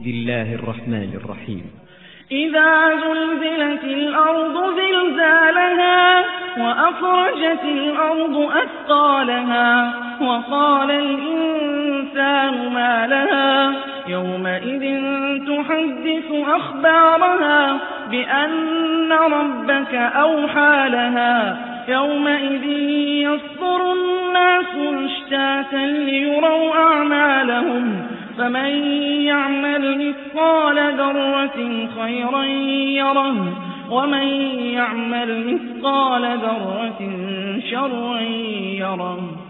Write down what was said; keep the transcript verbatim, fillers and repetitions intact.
بسم الله الرحمن الرحيم إذا زلزلت الأرض زلزالها وأخرجت الأرض أثقالها وقال الإنسان ما لها يومئذ تحدث أخبارها بأن ربك أوحى لها يومئذ يصدر الناس اشتاتا ليروا أعمالهم فمن يعمل مثقال ذرة خيرا يره ومن يعمل مثقال ذرة شرا يره.